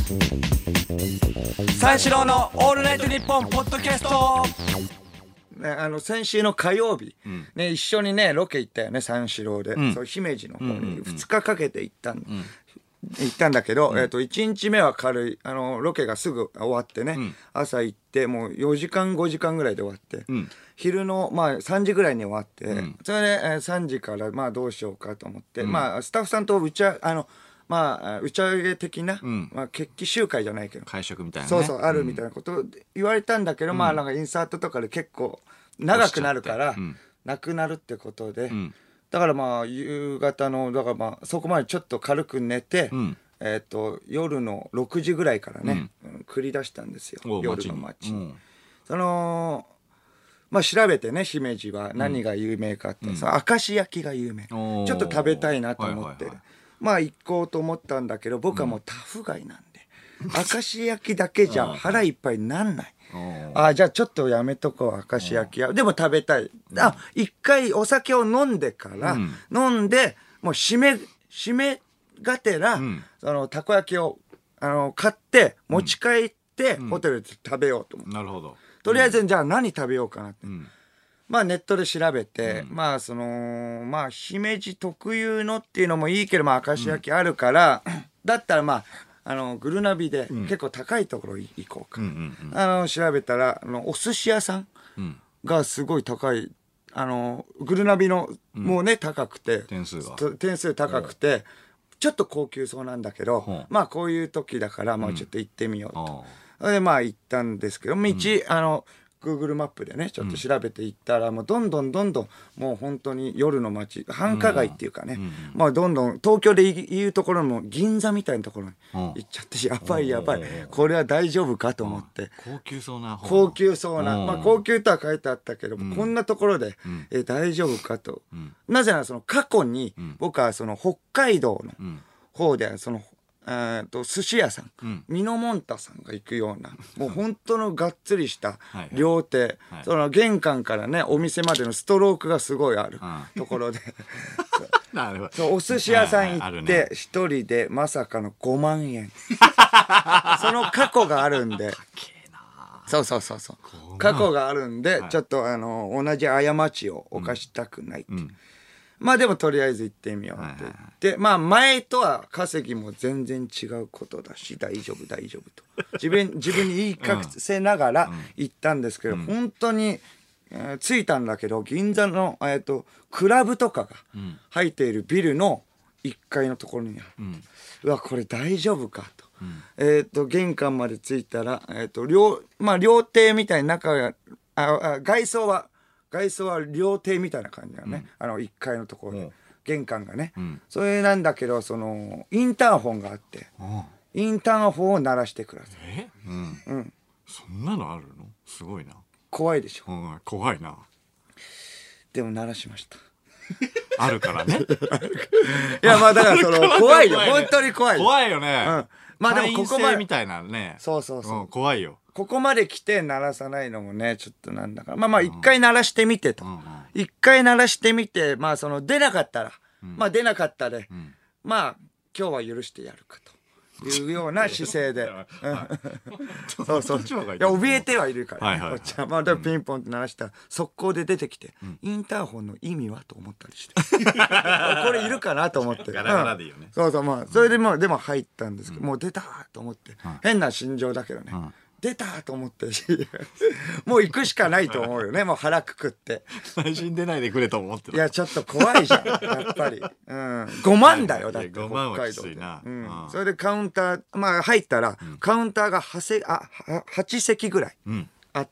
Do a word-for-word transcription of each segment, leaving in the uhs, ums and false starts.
三四郎のオールナイトニッポンポッドキャスト、 ね、あの先週の火曜日、うんね、一緒にねロケ行ったよね三四郎で、うん、そう姫路の方にふつかかけて行ったん、うん、行ったんだけど、うんえー、といちにちめは軽いあのロケがすぐ終わってね、うん、朝行ってもうよじかんごじかんぐらいで終わって、うん、昼の、まあ、さんじぐらいに終わって、うん、それで、えー、さんじからまあどうしようかと思って、うんまあ、スタッフさんと打ちああのまあ、打ち上げ的な、うんまあ、決起集会じゃないけど会食みたいな、ね、 そうそうあるみたいなことを言われたんだけど、うん、まあなんかインサートとかで結構長くなるから、うん、なくなるってことで、うん、だからまあ夕方のだからまあそこまでちょっと軽く寝て、うんえー、と夜のろくじぐらいからね、うん、繰り出したんですよ夜の街に、うん、そのまあ調べてね姫路は何が有名かって、うん、その明石焼きが有名、ちょっと食べたいなと思って、はいはいはいまあ行こうと思ったんだけど僕はもうタフガイなんで、うん、明石焼きだけじゃ腹いっぱいになんないあじゃあちょっとやめとこう明石焼きはでも食べたい、うん、あ一回お酒を飲んでから、うん、飲んでもう締め締めがてら、うん、そのたこ焼きをあの買って持ち帰って、うん、ホテルで食べようと思って、 なるほどとりあえずじゃあ何食べようかなって、うんまあネットで調べて、うん、まあそのまあ姫路特有のっていうのもいいけどまあ明石焼きあるから、うん、だったらまああのグルナビで結構高いところ行こうか、うんうんうん、あの調べたらあのお寿司屋さんがすごい高いあのグルナビのもうね、うん、高くて点数が点数高くてちょっと高級そうなんだけど、うん、まあこういう時だからまあちょっと行ってみようと、うん、でまあ行ったんですけど道、うん、あのGoogle マップでねちょっと調べていったら、うん、もうどんどんどんどんもう本当に夜の街繁華街っていうかね、うんうん、まあどんどん東京で言うところの銀座みたいなところに行っちゃって、うん、やばいやばいこれは大丈夫かと思って、 うん、高級そうな高級そうな、まあ、高級とは書いてあったけど、うん、こんなところで、うん、え大丈夫かと、うん、なぜならその過去に僕はその北海道の方でそのえー、と寿司屋さん、うん、ミノモンタさんが行くようなもう本当のがっつりした料亭、はいはい、その玄関からねお店までのストロークがすごいあるところでなるほどそうお寿司屋さん行って一人でまさかのごまんえんその過去があるんでそうそうそうそう過去があるんで、はい、ちょっとあの同じ過ちを犯したくないって、うんうんまあでもとりあえず行ってみようって言って、はいはいはい、まあ前とは稼ぎも全然違うことだし大丈夫大丈夫と自分自分に言い聞かせながら行ったんですけど、うん、本当に、えー、着いたんだけど銀座の、えー、とクラブとかが入っているビルのいっかいのところにある、うん、うわこれ大丈夫かと、うん、えー、と玄関まで着いたら、えー、と料まあ料亭みたいな中がああ外装は外装は料亭みたいな感じだよね、うん、あのいっかいのところで、うん、玄関がね、うん、それなんだけどそのインターホンがあって、うん、インターホンを鳴らしてくださいえ、うんうん、そんなのあるのすごいな怖いでしょ、 うん、怖いなでも鳴らしましたあるからねいやまあだからその怖いよ本当に怖い怖いよね、 うん、まあでもここまでみたいなねそうそうそう、 うん、怖いよここまで来て鳴らさないのもねちょっとなんだからまあまあ一回鳴らしてみてと一、うん、回鳴らしてみてまあその出なかったら、うん、まあ出なかったで、うん、まあ今日は許してやるかというような姿勢でそうそういや怯えてはいるから、ねはいはいはい、こっちはまあでもピンポンって鳴らしたら速攻で出てきて、うん、インターホンの意味はと思ったりしてこれいるかなと思ってガラガラでいいよね、 うん、そうそうまあそれでもでも入ったんですけど、うん、もう出たと思って、うん、変な心情だけどね、うん出たと思ってもう行くしかないと思うよねもう腹くくって最新出ないでくれと思ってるいやちょっと怖いじゃんやっぱり、うん、ごまんだよだってごまんはきついな、 うん、それでカウンターまあ入ったら、うん、カウンターがはせあはち席ぐらいあって、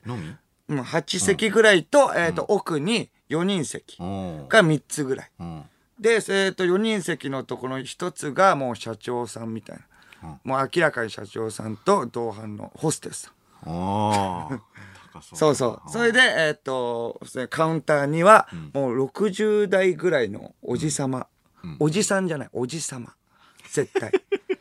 うん、はち席ぐらいと、うん、えーと、奥によにん席がみっつぐらい、うん、で、えーと、よにん席のところひとつがもう社長さんみたいなもう明らかに社長さんと同伴のホステスさんあそうそうそれで、えー、っとカウンターにはもうろくじゅう代ぐらいのおじさま、うん、おじさんじゃないおじさま絶対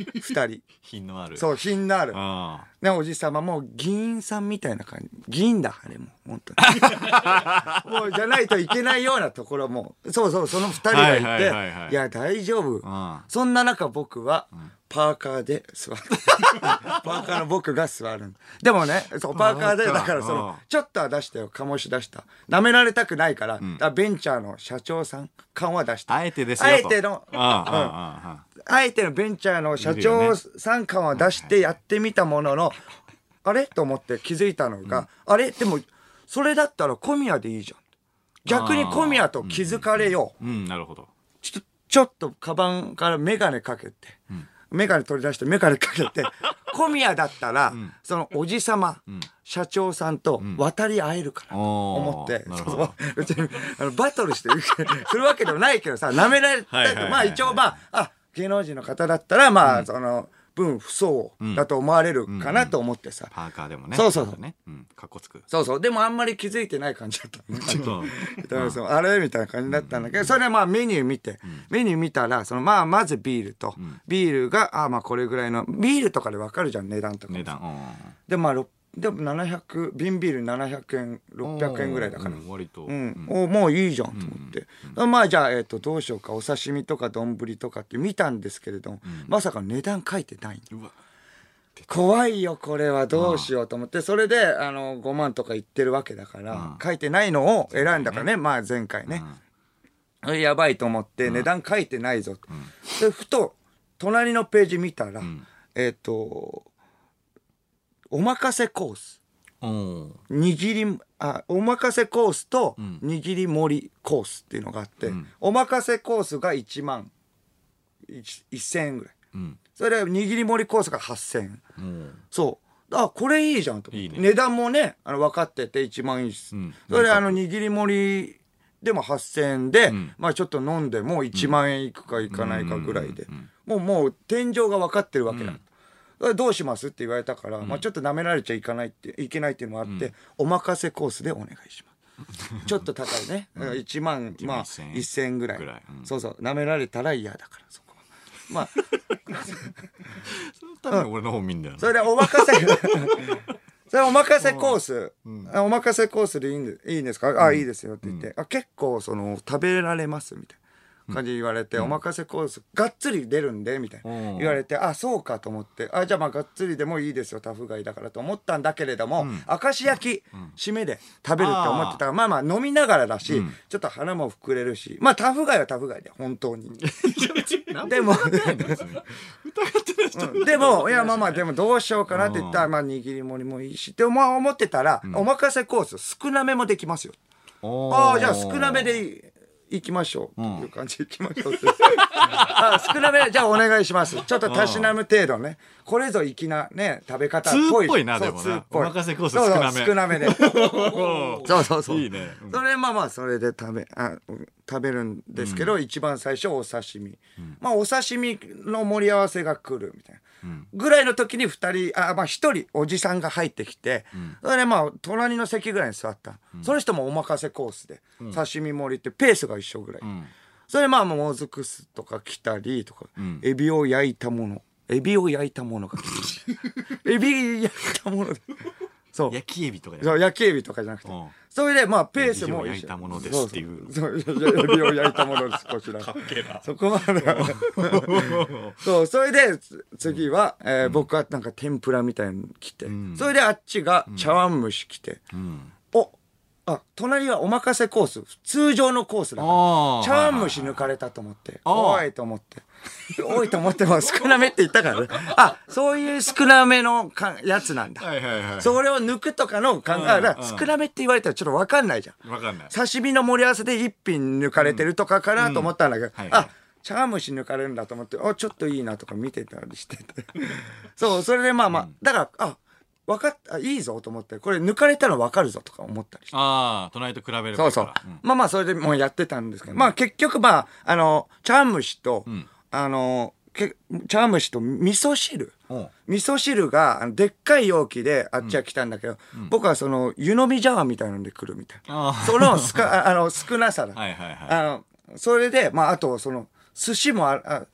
ふたり品のある。 そう品のあるあねおじさまもう議員さんみたいな感じ議員だあれも本当にもうじゃないといけないようなところもそうそうそのふたりがいて、 はいはいはいはいいや大丈夫あ。 そんな中僕はパーカーで座るパーカーの僕が座るでもねそうパーカーでパーカーだからそうんのちょっとは出したよ醸し出した舐められたくないから、だからベンチャーの社長さん感は出したあえてですよと。 あえてのああああああえてのベンチャーの社長さん感は出してやってみたものの、あれと思って気づいたのが、あれでもそれだったら小宮でいいじゃん。逆に小宮と気づかれよう。 うん、なるほど。 ちょっと、ちょっとカバンからメガネかけて、メガネ取り出してメガネかけて、小宮だったら、そのおじさま、社長さんと渡り合えるかなと思って、 なるほどそう別にあのバトルしてするわけでもないけどさ、舐められたはいはいはいはいまあ一応まあ、あ、芸能人の方だったらまあ、その分不相応だと思われるかなと思ってさ、 パーカーでもね。 そうそうそうね。うん。かっこつく。 そうそうでもあんまり気づいてない感じだったのねちょっと。 だからそうあれみたいな感じだったんだけど、それでまあメニュー見て、メニュー見たらそのまあまずビールと、ビールがあまあこれぐらいのビールとかで分かるじゃん値段とか値段。うんでまあろでもななひゃく瓶ビールななひゃくえんろっぴゃくえんぐらいだから、 うん割と。 うんおもういいじゃんと思って、まあじゃあ、えー、とどうしようかお刺身とか丼とかって見たんですけれども、まさか値段書いてないのうわ。 怖いよこれはどうしようと思ってそれであのごまんとか言ってるわけだから、 うん、 書いてないのを選んだからね、まあ前回ね、うん、やばいと思って値段書いてないぞと、うん、でふと隣のページ見たら、うん、えっ、ー、とおまかせコース握りあおまかせコースと握り盛りコースっていうのがあって、うん、おまかせコースがいちまんせんえんぐらい、うん、それで握り盛りコースがはっせんえん、うん、そうあこれいいじゃんといい、ね、値段もねあの分かってていちまんえん、うん、それであの握り盛りでもはっせんえんで、うん、まあちょっと飲んでもいちまんえんいくかいかないかぐらいで、もうもう天井が分かってるわけだ、うん、どうしますって言われたから、うんまあ、ちょっと舐められちゃいかないっていけないっていうのもあって、うん、おまかせコースでお願いしますちょっと高いね、うん、いちまんまあせんえんぐらい、うん、そうそう舐められたら嫌だからそこはまあそのために俺の方見んだよな、 それでおまかせそれおまかせコース、うん、おまかせコースでいいんでいいんですか、うん、あいいですよって言って、うん、あ結構その食べられますみたいな感じ言われて、うん、おまかせコースがっつり出るんでみたいな、うん、言われてあそうかと思ってあじゃあまあがっつりでもいいですよタフガイだからと思ったんだけれども、うん、明石焼き、うん、締めで食べるって思ってたからまあまあ飲みながらだし、うん、ちょっと腹も膨れるしまあタフガイはタフガイで本当にでもでもいやまあまあでもどうしようかなって言ったらまあ握り盛りもいいしって思ってたら、うん、おまかせコース少なめもできますよああじゃあ少なめでいい行きましょうっていう感じで行きましょうってあ少なめじゃあお願いしますちょっとたしなむ程度ねこれぞ粋なね食べ方っぽい通っぽいなでもなおまかせコース少なめそうそう少なめでそうそうそういいね、うん、 それまあまあそれで食べあ食べるんですけど、うん、一番最初お刺身、うん、まあお刺身の盛り合わせが来るみたいなうん、ぐらいの時にふたりあまあひとりおじさんが入ってきて、うん、それでまあ隣の席ぐらいに座った、うん、その人もおまかせコースで、うん、刺身盛りってペースが一緒ぐらい、うん、それでまあもずく酢とか来たりとか、うん、エビを焼いたものエビを焼いたものがエビ焼いたものでそう焼きエビとかじゃなくてそう焼きエビとかじゃなくて、うん、それでまあペースもエビを焼いたものですっていうそうそうそうエビを焼いたものですこちらかっけえなそこまでそうそれで次は、えーうん、僕はなんか天ぷらみたいに来て、うん、それであっちが茶碗蒸し来て、うん、おあ隣はおまかせコース通常のコースだから茶碗蒸し抜かれたと思っておいと思って多いと思っても少なめって言ったからねあそういう少なめのかやつなんだ、はいはいはい、それを抜くとかの考えだ少なめって言われたらちょっと分かんないじゃん分かんない刺身の盛り合わせで一品抜かれてるとかかなと思ったんだけど、うんうんはいはい、あ茶碗蒸し抜かれるんだと思ってあちょっといいなとか見てたりしててそうそれでまあまあ、うん、だからあ分かったいいぞと思ってこれ抜かれたら分かるぞとか思ったりしてああ隣と比べるそうそう、うん、まあまあそれでもうやってたんですけど、うん、まあ結局まああの茶碗蒸しと、うん、あのけ茶碗蒸しと味噌汁味噌汁がでっかい容器であっちは来たんだけど、うん、僕はその湯飲み茶碗みたいなので来るみたいなそのすかあの少なさだはいはい、はい、あのそれでまああとその寿司もああ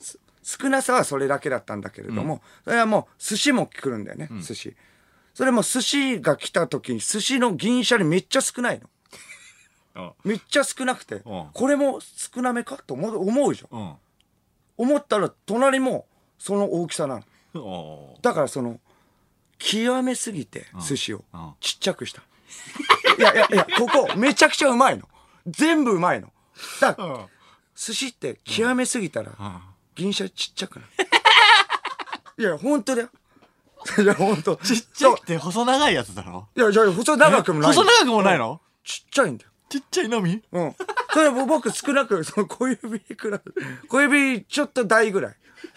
少なさはそれだけだったんだけれども、うん、それはもう寿司も来るんだよね、うん、寿司。それも寿司が来た時に寿司の銀シャリめっちゃ少ないの。めっちゃ少なくて、これも少なめかと思う、思うじゃん。思ったら隣もその大きさなの。だからその極めすぎて寿司をちっちゃくした。いやいやいや、ここめちゃくちゃうまいの。全部うまいの。だから寿司って極めすぎたら銀シャリちっちゃくなる。いや本当だよ。いや本当。 ちっちゃくて細長いやつだろ。 いやいや細長くもない。 細長くもないの？ ちっちゃいんだよ。 ちっちゃいのみ？ うん。それ僕少なくその小指くらい、小指ちょっと大ぐらい。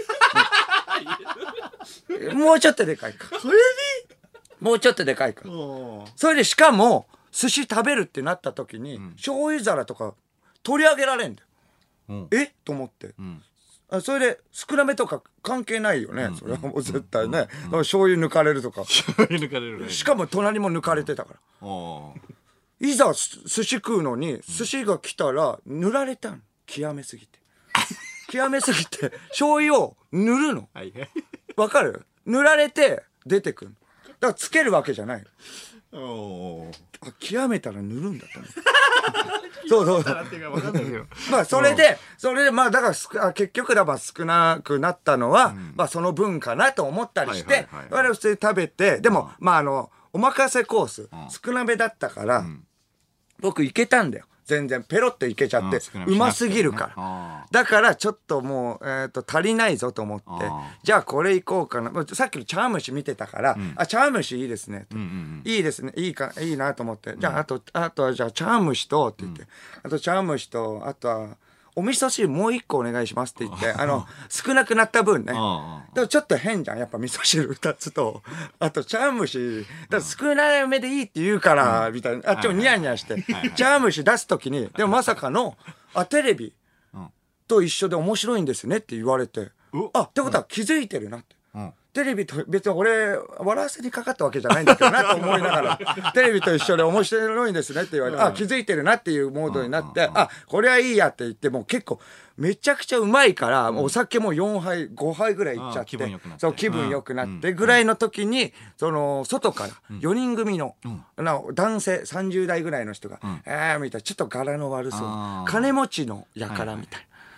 もうちょっとでかいか。 小指？ もうちょっとでかいか。それでしかも寿司食べるってなった時に、うん、醤油皿とか取り上げられんだよ。うん、えと思って、うん、あそれで少なめとか関係ないよね、うん、それはもう絶対ね、うん、醤油抜かれるとか醤油抜かれる、ね、 しかも隣も抜かれてたから、うん、いざ寿司食うのに寿司が来たら塗られたの。極めすぎて極めすぎて醤油を塗るの。わかる？塗られて出てくるの。だからつけるわけじゃないの。おあ極めたら塗るんだったね。そうそうそう。まあそれでそれでまあだから結局だまあ少なくなったのは、うん、まあその分かなと思ったりして我々普通に食べて、でも、うん、まああのお任せコース、うん、少なめだったから、うん、僕いけたんだよ。全然ペロッといけちゃってうますぎるから。だからちょっともう、えー、と足りないぞと思ってじゃあこれいこうかな。さっきの茶碗蒸し見てたから、うん、あ茶碗蒸しいいですねと、うんうんうん、いいですねいいかいいなと思って、うん、じゃああとあとはじゃあ茶碗蒸しとって言って、うん、あと茶碗蒸しとあとはお味噌汁もう一個お願いしますって言ってあの少なくなった分ね。でもちょっと変じゃんやっぱ味噌汁ふたつとあと茶碗蒸しだ少なめでいいって言うからみたいなあっちもニヤニヤして茶碗蒸し出す時にでもまさかのあテレビと一緒で面白いんですねって言われてあってことは気づいてるなって。テレビと別に俺笑わせにかかったわけじゃないんだけどなと思いながらテレビと一緒で面白いんですねって言われて、うん、あ気づいてるなっていうモードになって、うん、あこれはいいやって言ってもう結構めちゃくちゃうまいから、うん、お酒もよんはいごはいぐらいいっちゃって、うん、そう気分良くなってぐらいの時に、うん、その外からよにん組の、うん、な男性さんじゅう代ぐらいの人が、うん、えーみたいなちょっと柄の悪そう金持ちの輩みたいな、はいはい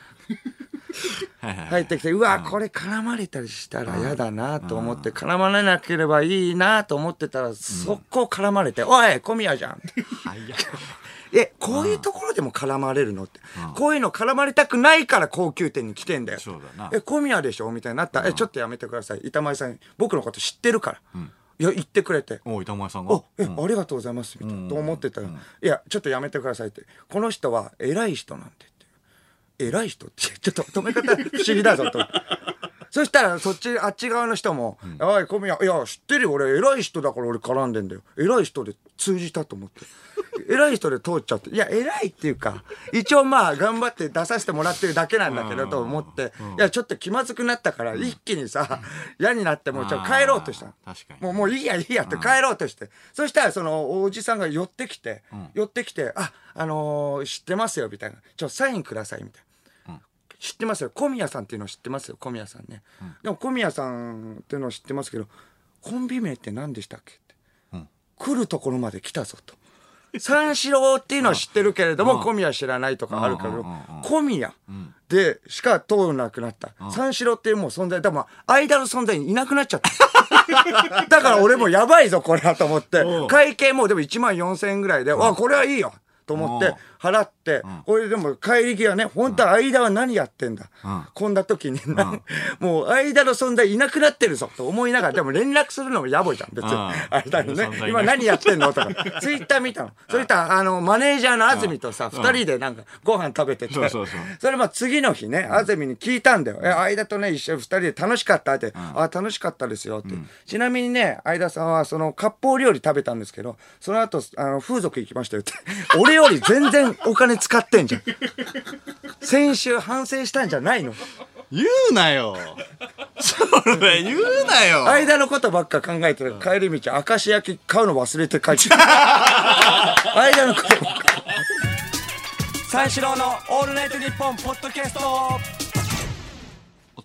入ってきてうわこれ絡まれたりしたら嫌だなと思って絡まれなければいいなと思ってたら速攻絡まれて「おい小宮じゃん」えこういうところでも絡まれるのってこういうの絡まれたくないから高級店に来てんだよ。え小宮でしょみたいになったらえちょっとやめてください板前さん僕のこと知ってるから。いや言ってくれてお板前さんがえ、うん、ありがとうございますみたいなと思ってたら、うん、いやちょっとやめてくださいってこの人は偉い人なんて偉い人ってちょっと止め方不思議だぞとそしたらそっちあっち側の人も「おい小宮いや知ってるよ俺偉い人だから俺絡んでんだよ偉い人で通じたと思って偉い人で通っちゃっていや偉いっていうか一応まあ頑張って出させてもらってるだけなんだけどと思っていやちょっと気まずくなったから一気にさ嫌になってもうちょっと帰ろうとしたもうもういいやいいやって帰ろうとしてそしたらそのおじさんが寄ってきて寄ってきて「ああのー、知ってますよ」みたいな「ちょサインください」みたいな。知ってますよ小宮さんっていうの知ってますよ小宮さんね、うん、でも小宮さんっていうの知ってますけどコンビ名って何でしたっけって、うん、来るところまで来たぞと三四郎っていうのは知ってるけれども小宮知らないとかあるけど小宮でしか通らなくなった三四郎っていうもう存在でも間の存在にいなくなっちゃっただから俺もやばいぞこれはと思って会計もでもいちまんよんせんえんぐらいであこれはいいよと思って払って、うん、俺でも帰り際ね本当は間は何やってんだ、うん、こんな時に、うん、もう間の存在いなくなってるぞと思いながらでも連絡するのも野暮じゃん別に、うん、間にね今何やってんのとかツイッター見たのそれたあのマネージャーの安住とさ、うん、ふたりでなんかご飯食べてて、うん、そ, それまあ次の日ね安住に聞いたんだよ、うん、え間とね一緒にふたりで楽しかったって、うん、あ楽しかったですよって、うん、ちなみにね間さんはその割烹料理食べたんですけどその後あの風俗行きましたよって俺より全然お金使ってんじゃん先週反省したんじゃないの言うなよそれ言うなよ間のことばっか考えてる帰り道明石焼き買うの忘れて帰って間のことばっか三四郎のオールナイトニッポンポッドキャスト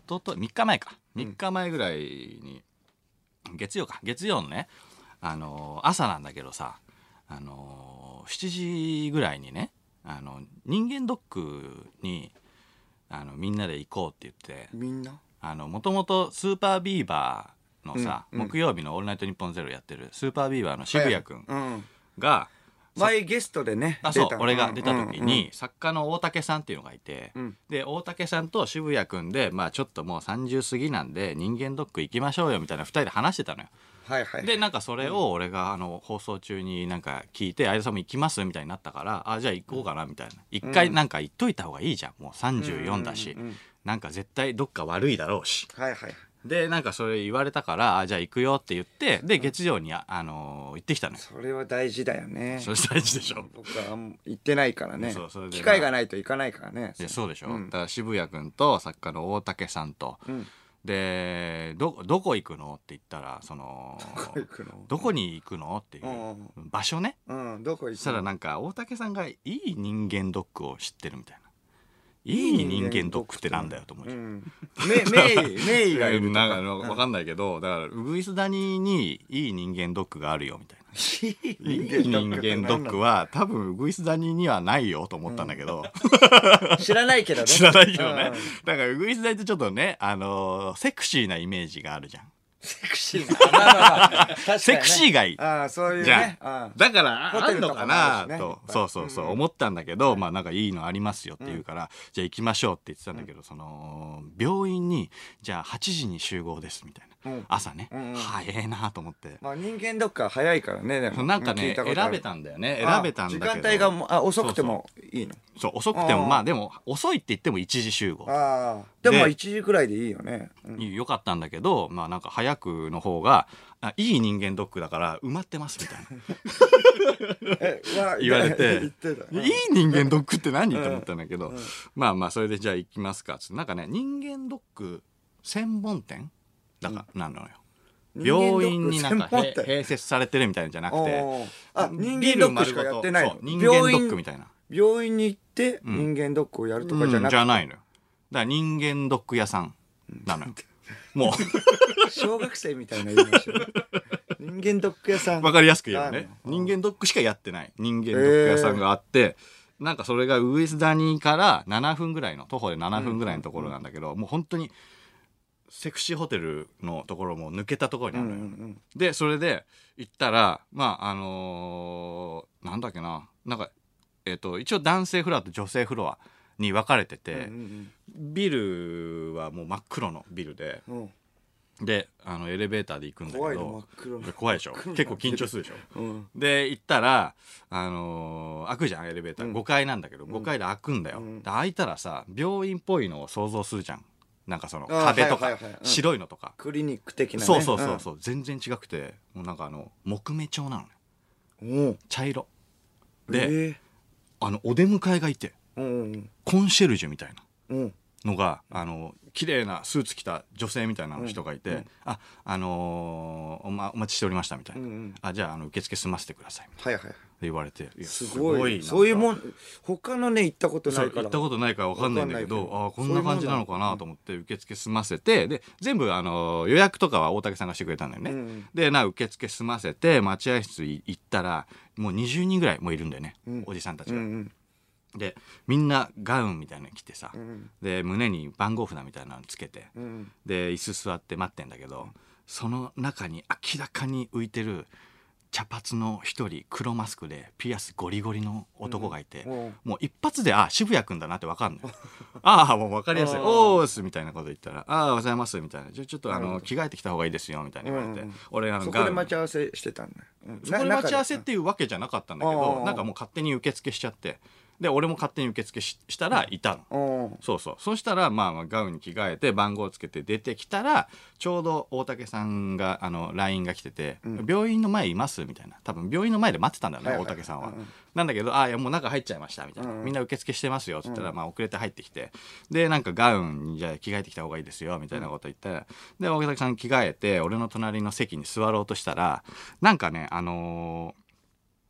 ととみっかまえかみっかまえぐらいに、月曜か月曜のね、あのー朝なんだけどさ、あのーしちじぐらいにね、あの人間ドックにあのみんなで行こうって言って、 みんなもともとスーパービーバーのさ、 うんうん、 木曜日の「オールナイトニッポンゼロやってるスーパービーバーの渋谷くんが、はいうん、前ゲストでねあそう俺が出た時に、うんうん、作家の大竹さんっていうのがいて、 うん、 で大竹さんと渋谷くんで、まあ、ちょっともうさんじゅう過ぎなんで人間ドック行きましょうよみたいなふたりで話してたのよ。 はいはい、 でなんかそれを俺があの放送中になんか聞いて、相田さんも行きますみたいになったから、あじゃあ行こうかなみたいな、一回なんか言っといた方がいいじゃん、もうさんじゅうよんだし、うんうんうん、なんか絶対どっか悪いだろうし、 はいはい、 でなんかそれ言われたから、あじゃあ行くよって言って、で月曜にあ、あのー、行ってきたのよ。 それは大事だよね。 それ大事でしょ。 僕は行ってないからね。 そうそれで、 機会がないと行かないからね。 でそうでしょ、 うん、 だから渋谷君と作家の大竹さんと、うん、で ど, どこ行くのって言ったら、そのどこに行くのっていう場所ね、 うん、どこ行くの。 そしたらなんか大竹さんがいい人間ドックを知ってるみたいな。いい人間ドックってなんだよと思うじゃん、うん、 名医がいるとかなんか分かんないけど、だからウグイス谷にいい人間ドックがあるよみたいな。いい人間ドックは多分ウグイス谷にはないよと思ったんだけど、 うん、知らないけどね知らないけどね、うん、だからウグイス谷ってちょっとね、あのー、セクシーなイメージがあるじゃん。 セクシーな、まあまあまあね、 セクシーがいい。 ああ、そういうね。 じゃあだからあるのかなね、 と、そうそうそう、うん、思ったんだけど、まあなんかいいのありますよって言うから、うん、じゃあ行きましょうって言ってたんだけど、その病院にじゃあはちじに集合ですみたいな、うん、朝ね、うんうん、早えなと思って。 まあ人間ドックは早いからね。でもなんかね選べたんだよね、選べたんだけど時間帯がもあ遅くてもいいの。 そう遅くてもまあでも遅いって言ってもいちじ集合。 あでもいちじくらいでいいよね、 うん、よかったんだけど、まあなんか早くの方があいい人間ドックだから埋まってますみたいな言われて、いい人間ドックって何と思ったんだけど、うんうん、まあまあそれでじゃあ行きますかっつって、なんかね人間ドック専門店だからなのよ、うん、病院になんか併設されてるみたいなんじゃなくて、 あ人間ドックしかやってないの。 人間ドックみたいな、 病院に行って人間ドックをやるとかじゃなくて、うんうん、 じゃないのよ。だから人間ドック屋さんなのよもう小学生みたいな言いました人間ドック屋さんわかりやすく言うね、人間ドックしかやってない人間ドック屋さんがあって、えー、なんかそれがウグイス谷からななふんぐらいの徒歩でななふんぐらいのところなんだけど、うんうんうん、もう本当にセクシーホテルのところも抜けたところにあるのよ、うんうんうん、でそれで行ったらまああのー、なんだっけななんかえっ、ー、と一応男性フロアと女性フロアに分かれてて、うんうんうん、ビルはもう真っ黒のビルで、うん、であのエレベーターで行くんだけど、 怖いの真っ黒の怖いでしょ結構緊張するでしょ、うん、で行ったら、あのー、開くじゃんエレベーター、うん、ごかいなんだけどごかいで開くんだよ、うん、で開いたらさ病院っぽいのを想像するじゃん、なんかその壁とか、はいはいはい、白いのとか、 クリニック的なね、 そうそうそうそう、うん、全然違くて、もうなんかあの木目調なのよ、茶色で、えー、あのお出迎えがいて、うんうん、コンシェルジュみたいなのが、うん、あの綺麗なスーツ着た女性みたいな人がいて、うんうん、あ、あのーおま、お待ちしておりましたみたいな、うんうん、あじゃあ、あの受付済ませてくださいみたいな、はいはい、言われて、いやすごいそういうもん、他のね行ったことないから行ったことないから分かんないんだけど、あこんな感じなのかなと思って受付済ませて、で全部、あのー、予約とかは大竹さんがしてくれたんだよね、うんうん、でな受付済ませて待合室行ったらもうにじゅうにんぐらいもういるんだよね、うん、おじさんたちが、うんうん、でみんなガウンみたいなの着てさ、うん、で胸に番号札みたいなのつけて、うん、で椅子座って待ってんだけど、その中に明らかに浮いてる茶髪の一人黒マスクでピアスゴリゴリの男がいて、うん、もう一発であ渋谷君だなって分かんないああもう分かりやすいおーすみたいなこと言ったら、ああおはようございますみたいな、ちょちょっとあの着替えてきた方がいいですよみたいな言われて、うん、俺あのそこで待ち合わせしてたんだ、 うん、そこで待ち合わせっていうわけじゃなかったんだけど、なんかもう勝手に受付しちゃって、で俺も勝手に受付 し, したらいたの、うん、そうそう、そしたら、まあ、まあガウンに着替えて番号つけて出てきたらちょうど大竹さんがあの ライン が来てて、うん、病院の前いますみたいな、多分病院の前で待ってたんだよね、はいはい、大竹さんは、うん、なんだけどあいやもう中入っちゃいましたみたいな、うん、みんな受付してますよって言ったら、うん、まあ、遅れて入ってきて、でなんかガウンにじゃあ着替えてきた方がいいですよみたいなこと言って、うん、で大竹さん着替えて俺の隣の席に座ろうとしたらなんかねあのー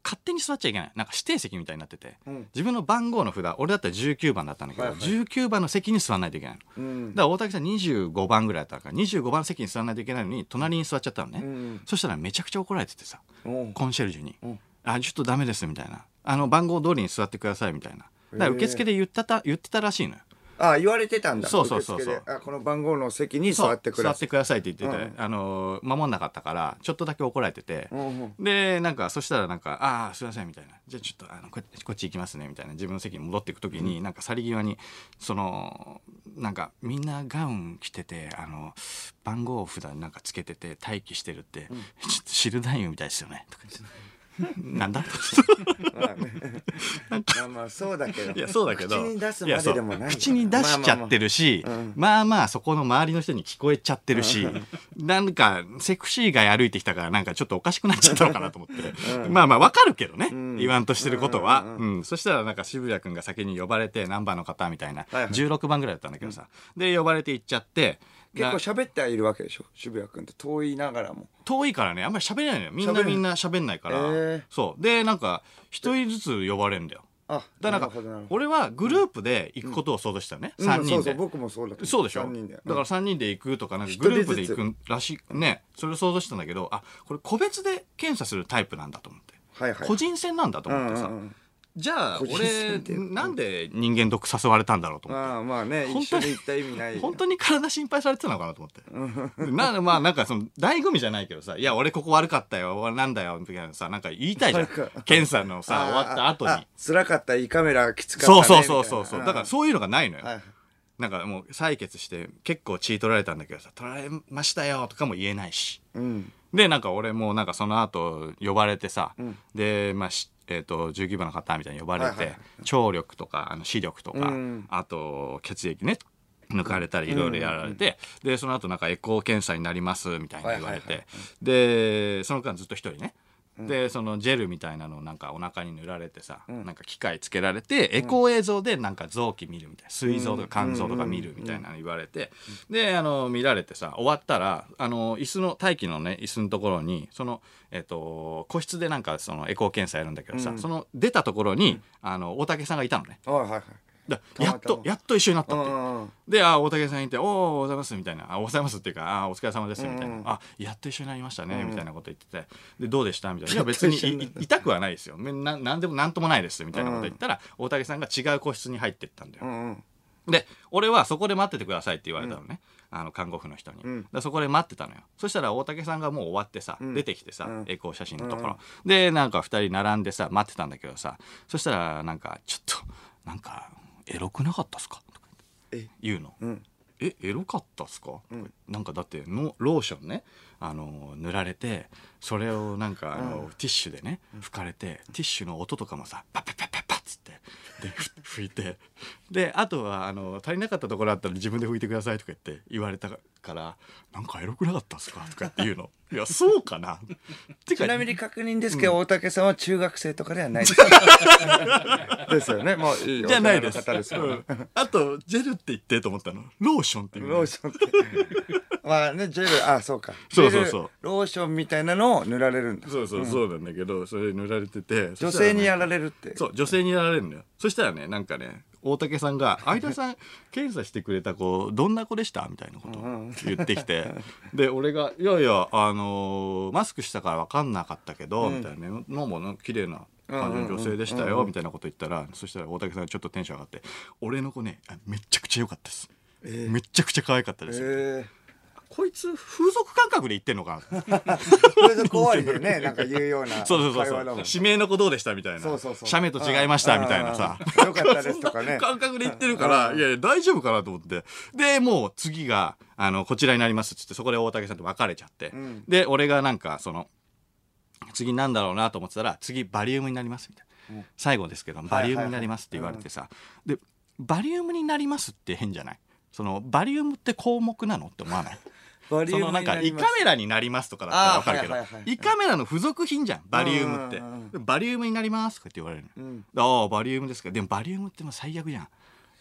勝手に座っちゃいけない、なんか指定席みたいになってて、 うん、 自分の番号の札、俺だったらじゅうきゅうばんだったんだけど、はいはい、じゅうきゅうばんの席に座らないといけないの、うん、だから大竹さんにじゅうごばんぐらいだったからにじゅうごばんの席に座らないといけないのに隣に座っちゃったのね、うん、そしたらめちゃくちゃ怒られててさ、コンシェルジュに、うん、あちょっとダメですみたいな、あの番号通りに座ってくださいみたいな、だから受付で言ったた言ってたらしいのよ。 ああ言われてたんだ。 そうそうそうそう、 あこの番号の席に座ってください座ってくださいって言ってて、うん、あの守んなかったからちょっとだけ怒られてて、うんうん、でなんかそしたらなんかああすいませんみたいな、じゃあちょっとあのここっち行きますねみたいな、自分の席に戻っていく時に、うん、なんか去り際にそのなんかみんなガウン着ててあの番号札なんかつけてて待機してるって、うん、ちょっとシルダインみたいですよねとか言ってなんだまあね、まあまあそうだけど、 いやそうだけど口に出すまででもない、 口に出しちゃってるし、まあまあそこの周りの人に聞こえちゃってるし、なんかセクシー街歩いてきたからなんかちょっとおかしくなっちゃったのかなと思って、うん、まあまあわかるけどね、うん、言わんとしてることは、うんうんうん、そしたらなんか渋谷君が先に呼ばれて何番の方みたいな、はいはい、じゅうろくばんぐらいだったんだけどさ、で呼ばれて行っちゃって、 結構喋ってはいるわけでしょ渋谷君って、遠いながらも遠いからねあんまり喋れないのよ、みんなみんな喋んないから、えー、そうでなんか一人ずつ呼ばれるんだよ。あだからなんか俺はグループで行くことを想像したね、うん、さんにんで、うん、そうそう僕もそうだそうでしょ、さんにんで、だからさんにんで行くとかなんかグループで行くらしいね、それを想像したんだけど、あこれ個別で検査するタイプなんだと思って、はいはい、個人戦なんだと思ってさ、うんうんうん、じゃあ俺なんで人間ドック誘われたんだろうと思って、 あまあね一緒に行った意味ない本当に体心配されてたのかなと思ってなまあなんかその醍醐味じゃないけどさ、いや俺ここ悪かったよ俺なんだよみたいなさ、なんか言いたいじゃん検査のさ終わった後に辛かった胃カメラきつかったねそうそうそうそう、だからそういうのがないのよ、はい、なんかもう採血して結構血取られたんだけどさ取られましたよとかも言えないし、うん、でなんか俺もなんかその後呼ばれてさ、うん、でまあえー、とじゅうきゅうばんの方みたいに呼ばれて、はいはい、聴力とかあの視力とか、うん、あと血液ね抜かれたりいろいろやられて、うん、でその後なんかエコー検査になりますみたいに言われて、はいはいはい、でその間ずっと一人ね、うん、でそのジェルみたいなのをなんかお腹に塗られてさ、うん、なんか機械つけられてエコー映像でなんか臓器見るみたいな、膵臓とか肝臓とか見るみたいなの言われて、であの見られてさ終わったらあの椅子の待機のね椅子のところにそのえっと、個室でなんかそのエコー検査やるんだけどさ、うん、その出たところに、うん、あの大竹さんがいたのね、はいはいはい、だやっとやっと一緒になったって、うん、であ大竹さんいておーおはようございますみたいな、あおはようございますっていうかあお疲れ様ですみたいな、うん、あやっと一緒になりましたね、うん、みたいなこと言ってて、でどうでしたみたいな、いや別にい痛くはないですよな、なんでもなんともないですみたいなこと言ったら、うん、大竹さんが違う個室に入ってったんだよ、うんで俺はそこで待っててくださいって言われたのね、うん、あの看護婦の人に、うん、だそこで待ってたのよ。そしたら大竹さんがもう終わってさ、うん、出てきてさ、うん、エコー写真のところ、うん、でなんかふたり並んでさ待ってたんだけどさ、そしたらなんかちょっとなんかエロくなかったっすかとか言うの、うん、えエロかったっすか、うん、なんかだってのローションねあの塗られてそれをなんかあの、うん、ティッシュでね拭かれて、ティッシュの音とかもさパッパッパッパッパッつってで拭いて、であとはあの足りなかったところあったら自分で拭いてくださいとか言って言われたからなんかエロくなかったっすかとかって言うのいやそうかなてかちなみに確認ですけど、うん、大竹さんは中学生とかではないですですよね、もういいじゃないです、です、うん、あとジェルって言ってと思ったのローションっていう、ね、 ローションってまあねジェルあそうかそうそうそうローションみたいなのを塗られるんだ、 そうそう、うん、そうなんだけどそれ塗られてて女性にやられるって、 そう女性にやられるんだよ。そしたらねなんかね大竹さんが「相田さん検査してくれた子どんな子でした?」みたいなことを言ってきてで俺が「いやいやあのー、マスクしたから分かんなかったけど」みたいなね「のも綺麗な感じの女性でしたよ」みたいなこと言ったら、そしたら大竹さんがちょっとテンション上がって「俺の子ねめっちゃくちゃ良かったです、えー、めっちゃくちゃ可愛かったですよ」えーこいつ風俗感覚で言ってんのか風俗終わりでねなんか言うようなそうそうそうそう指名の子どうでしたみたいな、そうそうそう写メと違いましたみたいなさよかったですとかね感覚で言ってるからいやいや大丈夫かなと思って、でもう次があのこちらになりますっつってそこで大竹さんと別れちゃって、うん、で俺がなんかその次なんだろうなと思ってたら次バリウムになりますみたいな、うん、最後ですけどバリウムになりますって言われてさ、でバリウムになりますって変じゃない、そのバリウムって項目なのって思わない？そのなんか胃カメラになりますとかだったら分かるけど、胃カメラの付属品じゃんバリウムって、バリウムになりますとかって言われるの、うん、ああバリウムですか、でもバリウムってもう最悪じゃん、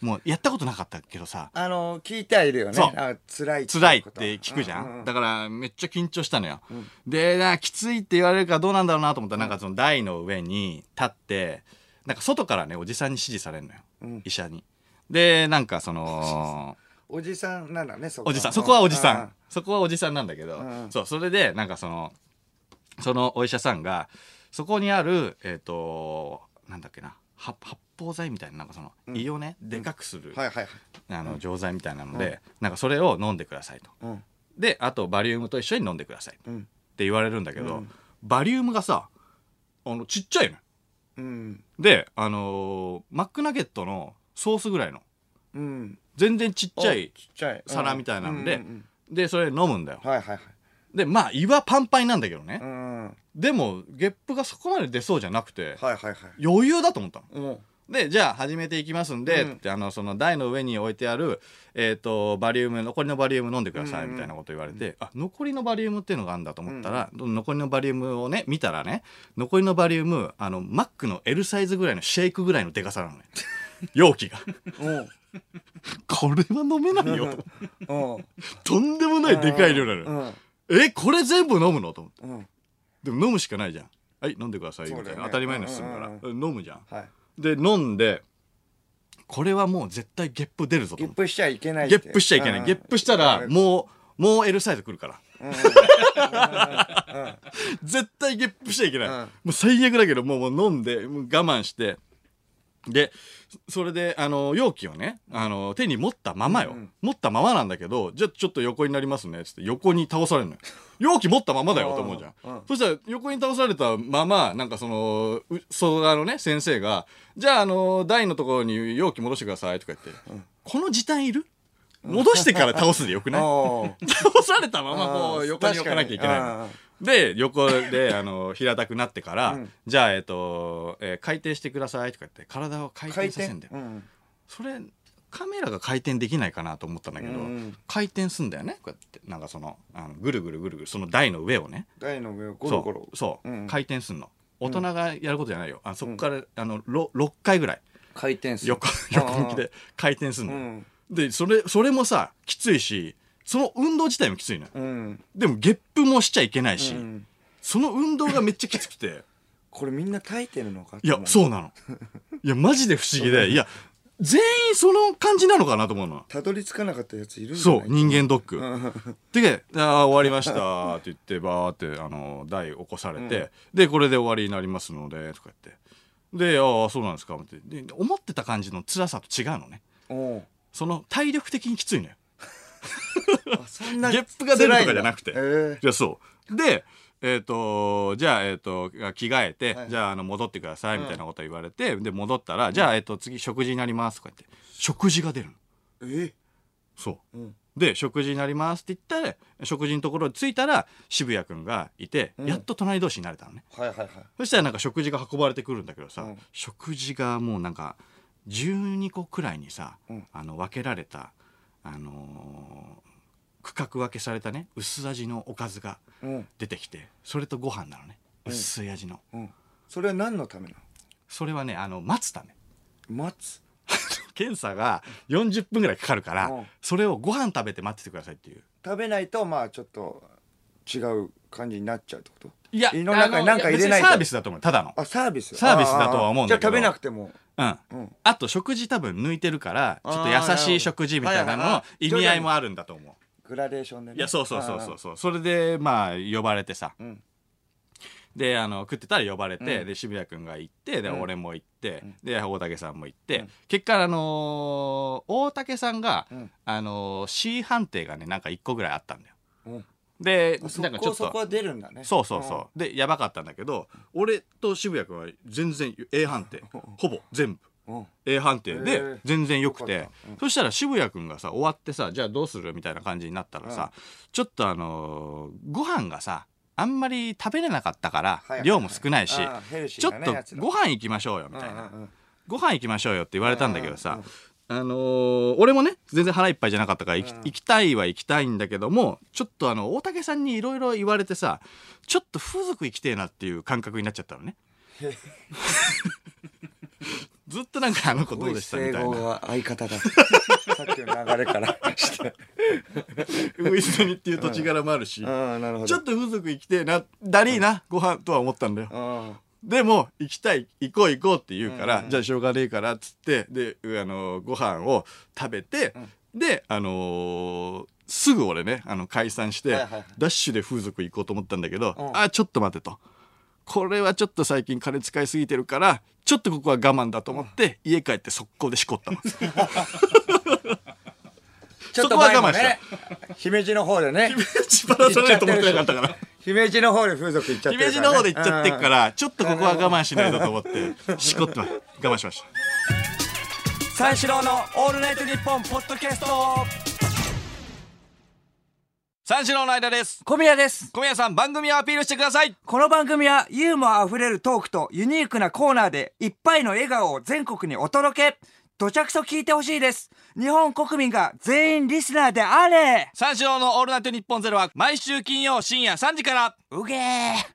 もうやったことなかったけどさ、 あの聞いてはいるよね。 そうあ辛い辛いって聞くじゃん、 うんうん、 だからめっちゃ緊張したのよ、うん、でなきついって言われるかどうなんだろうなと思ったら、なんかその台の上に立ってなんか外からねおじさんに指示されるのよ、うん、医者に。でなんかそのおじさんなんだね、そこは。 おじさん、そこはおじさん、そこはおじさんなんだけど、うん、そうそれでなんかそのそのお医者さんがそこにあるえっ、ー、となんだっけな発泡剤みたいな、なんかその胃をね、うん、でかくする、うん、はいはいはい、あの錠剤みたいなので、うん、なんかそれを飲んでくださいと、うん、であとバリウムと一緒に飲んでください、うん、って言われるんだけど、うん、バリウムがさあのちっちゃいの、うん、であのー、マックナゲットのソースぐらいの、うん、全然ちっちゃい皿みたいなので、うんうんうん、でそれ飲むんだよ、はいはいはい、でまあ胃はパンパンなんだけどね、うん、でもゲップがそこまで出そうじゃなくて、はいはいはい、余裕だと思ったの、うん、でじゃあ始めていきますんで、うん、ってあのその台の上に置いてある、えー、とバリウム残りのバリウム飲んでくださいみたいなこと言われて、うん、あ残りのバリウムっていうのがあるんだと思ったら、うん、残りのバリウムをね見たらね、残りのバリウムあのマックの L サイズぐらいのシェイクぐらいのでかさなのね容器がこれは飲めないよととんでもないでかい量なのよ。えこれ全部飲むのと思って、うん、でも飲むしかないじゃん。はい飲んでくださいみたいな、ね、当たり前に進むから、うんうんうん、飲むじゃん、はい、で飲んでこれはもう絶対ゲップ出るぞとゲップしちゃいけないゲップしちゃいけない、うん、ゲップしたらもうもう L サイズくるから、うんうんうん、絶対ゲップしちゃいけない、うん、もう最悪だけどもうもう飲んでもう我慢してでそれであの容器をねあの手に持ったままよ、うんうん、持ったままなんだけど、じゃあちょっと横になりますねっつって横に倒されるのよ。容器持ったままだよと思うじゃん、うん、そしたら横に倒されたままなんかそのそのあのね先生がじゃああの台のところに容器戻してくださいとか言って、うん、この時短いる戻してから倒すでよくない倒されたままこう横に置かなきゃいけないので横であの平たくなってから、うん、じゃあ、えっとえー、回転してくださいとか言って体を回転させんだよ、うん、それカメラが回転できないかなと思ったんだけど、うん、回転すんだよねこうやってなんかそのあのぐるぐるぐるぐるその台の上をね台の上をゴロゴロそうそう、うん、回転すんの大人がやることじゃないよあそこから、うん、あの ろっかいぐらい回転する横, 横向きで回転すんの、うん、でそれそれもさきついしその運動自体もきついのよ、うん、でもゲップもしちゃいけないし、うん、その運動がめっちゃきつくてこれみんな耐えてるのかいやそうなのいやマジで不思議でいや全員その感じなのかなと思うの。 たどり着かなかったやついるんじゃないそう人間ドックで「あ終わりました」って言ってバーってあの台起こされて、うん、でこれで終わりになりますのでとか言ってで「ああそうなんですか」ってで思ってた感じの辛さと違うのね。その体力的にきついのよそんなゲップが出るとかじゃなくて、えー、いやそうでえー、とじゃあ、えー、と着替えて、はい、じゃあ、あの戻ってくださいみたいなこと言われて、うん、で戻ったら、うん、じゃあ、えー、と次食事になりますとか言って食事が出るの。えそう、うん、で食事になりますって言ったら食事のところに着いたら渋谷くんがいて、うん、やっと隣同士になれたのね、はいはいはい、そしたらなんか食事が運ばれてくるんだけどさ、うん、食事がもうなんかじゅうにこくらいにさ、うん、あの分けられたあのー区画分けされたね薄味のおかずが出てきて、うん、それとご飯なのね、うん、薄い味の、うん、 それは何のためなの？ それはねあの待つため待つ検査がよんじゅっぷんぐらいかかるから、うん、それをご飯食べて待っててくださいっていう。 食べないとまあちょっと違う感じになっちゃうってこと？ いや胃の中に何か入れないとサービスだと思うただのあサービスサービスだとは思うんだけどじゃあ食べなくてもうん、うん、あと食事多分抜いてるからちょっと優しい食事みたいなのの意味合いもあるんだと思う。 グラデーションでね。 いやそうそうそうそうそうそれでまあ呼ばれてさ、うん、であの食ってたら呼ばれて、うん、で渋谷君が行ってで、うん、俺も行って、うん、で大竹さんも行って、うん、結果あのー、大竹さんが、うん、あのー、C 判定がねなんかいっこぐらいあったんだよ、うん、でなんかちょっとそこは出るんだね。 そうそうそう、うん、でやばかったんだけど俺と渋谷君は全然 A 判定ほぼ全部うん、A 判定で全然よくて、うん、そしたら渋谷くんがさ終わってさじゃあどうするみたいな感じになったらさ、うん、ちょっとあのー、ご飯がさあんまり食べれなかったから、はいはいはい、量も少ないし、ね、ちょっとご飯行きましょうよみたいな、うんうんうん、ご飯行きましょうよって言われたんだけどさ、うんうん、あのー、俺もね全然腹いっぱいじゃなかったから行き、うん、行きたいは行きたいんだけどもちょっとあの大竹さんにいろいろ言われてさちょっと風俗行きてえなっていう感覚になっちゃったのねずっとなんかあの子どうでしたみたい整合な。 が相方ださっきの流れからしてウイスにっていう土地柄もあるし、 ああなるほど。 ちょっと風俗行きてえな、だりーな、ご飯とは思ったんだよ。 あでも行きたい、行こう行こうって言うから、じゃあしょうがねえからっつってで、あのご飯を食べて、であのーすぐ俺ねあの解散して、 はいはいはい、 ダッシュで風俗行こうと思ったんだけど、 うんあちょっと待てと、これはちょっと最近金使いすぎてるからちょっとここは我慢だと思って、うん、家帰って速攻でしこったのちょっと前もね姫路の方でね姫路バラさないと思ってなかったから姫路の方で風俗行っちゃってるから、ね、 姫路の方で行っちゃってるから、ちょっとここは我慢しないとと思ってしこって我慢しました。 三四郎のオールナイトニッポンポッドキャスト。三四郎の間です。 小宮です。 小宮さん、番組をアピールしてください。 この番組はユーモアあふれるトークとユニークなコーナーでいっぱいの笑顔を全国にお届け。どちゃくそ聞いてほしいです。日本国民が全員リスナーであれ。 三四郎のオールナイトニッポンゼロは毎週金曜深夜さんじから。 うげー。